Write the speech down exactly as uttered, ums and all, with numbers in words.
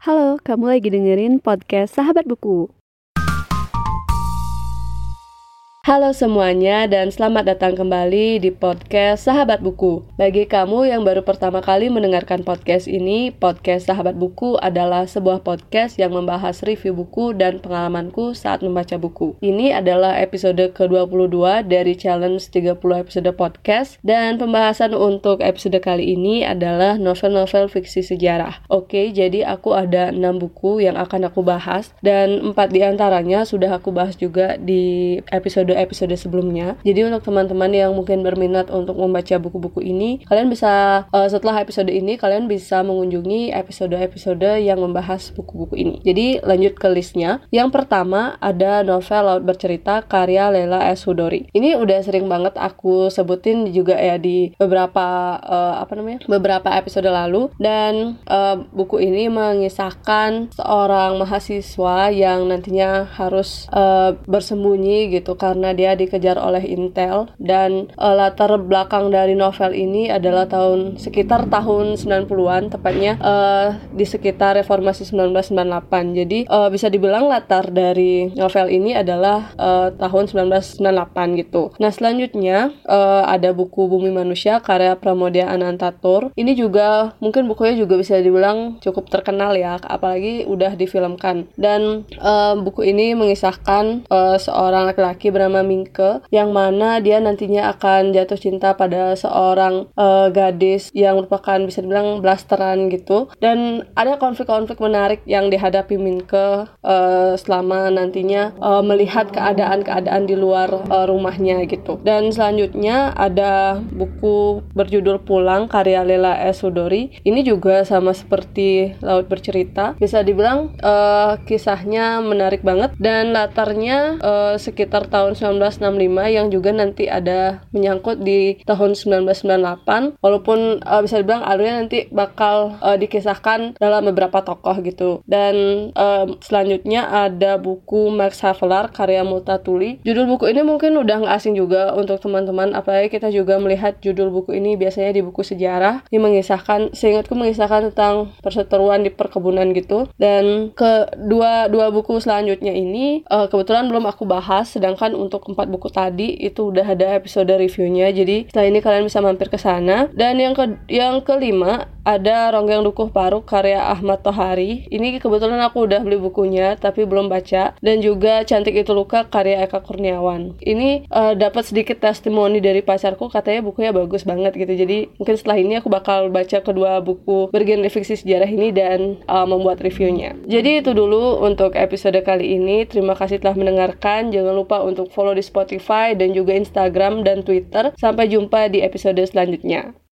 Halo, kamu lagi dengerin podcast Sahabat Buku. Halo semuanya dan selamat datang kembali di podcast Sahabat Buku. Bagi kamu yang baru pertama kali mendengarkan podcast ini, podcast Sahabat Buku adalah sebuah podcast yang membahas review buku dan pengalamanku saat membaca buku. Ini adalah episode ke dua puluh dua dari challenge tiga puluh episode podcast, dan pembahasan untuk episode kali ini adalah novel-novel fiksi sejarah. Oke, jadi aku ada enam buku yang akan aku bahas, dan empat diantaranya sudah aku bahas juga di episode episode sebelumnya. Jadi untuk teman-teman yang mungkin berminat untuk membaca buku-buku ini, kalian bisa uh, setelah episode ini kalian bisa mengunjungi episode-episode yang membahas buku-buku ini. Jadi lanjut ke listnya. Yang pertama ada novel Laut Bercerita karya Leila S. Chudori. Ini udah sering banget aku sebutin juga ya di beberapa uh, apa namanya beberapa episode lalu, dan uh, buku ini mengisahkan seorang mahasiswa yang nantinya harus uh, bersembunyi gitu karena karena dia dikejar oleh Intel, dan uh, latar belakang dari novel ini adalah tahun sekitar tahun sembilan puluhan, tepatnya uh, di sekitar reformasi sembilan belas sembilan puluh delapan. Jadi uh, bisa dibilang latar dari novel ini adalah uh, tahun sembilan belas sembilan puluh delapan gitu. Nah, selanjutnya uh, ada buku Bumi Manusia karya Pramoedya Anantatur. Ini juga mungkin bukunya juga bisa dibilang cukup terkenal ya, apalagi udah difilmkan. Dan uh, buku ini mengisahkan uh, seorang laki-laki bernama Mingke, yang mana dia nantinya akan jatuh cinta pada seorang uh, gadis yang merupakan bisa dibilang blasteran gitu, dan ada konflik-konflik menarik yang dihadapi Mingke uh, selama nantinya uh, melihat keadaan-keadaan di luar uh, rumahnya gitu. Dan selanjutnya ada buku berjudul Pulang karya Leila S. Chudori. Ini juga sama seperti Laut Bercerita, bisa dibilang uh, kisahnya menarik banget, dan latarnya uh, sekitar tahun sembilan belas enam puluh lima yang juga nanti ada menyangkut di tahun sembilan belas sembilan puluh delapan, walaupun uh, bisa dibilang alurnya nanti bakal uh, dikisahkan dalam beberapa tokoh gitu. Dan uh, selanjutnya ada buku Max Havelaar karya Multatuli. Judul buku ini mungkin udah gak asing juga untuk teman-teman, apalagi kita juga melihat judul buku ini biasanya di buku sejarah. Ini mengisahkan, seingatku mengisahkan tentang perseteruan di perkebunan gitu. Dan kedua dua buku selanjutnya ini uh, kebetulan belum aku bahas, sedangkan untuk empat buku tadi itu udah ada episode reviewnya, jadi setelah ini kalian bisa mampir ke sana. Dan yang ke yang kelima ada Ronggeng Dukuh Paruk karya Ahmad Tohari. Ini kebetulan aku udah beli bukunya tapi belum baca. Dan juga Cantik Itu Luka karya Eka Kurniawan. Ini uh, dapat sedikit testimoni dari pacarku, katanya bukunya bagus banget gitu. Jadi mungkin setelah ini aku bakal baca kedua buku bergenre fiksi sejarah ini dan uh, membuat reviewnya. Jadi itu dulu untuk episode kali ini. Terima kasih telah mendengarkan. Jangan lupa untuk follow di Spotify dan juga Instagram dan Twitter. Sampai jumpa di episode selanjutnya.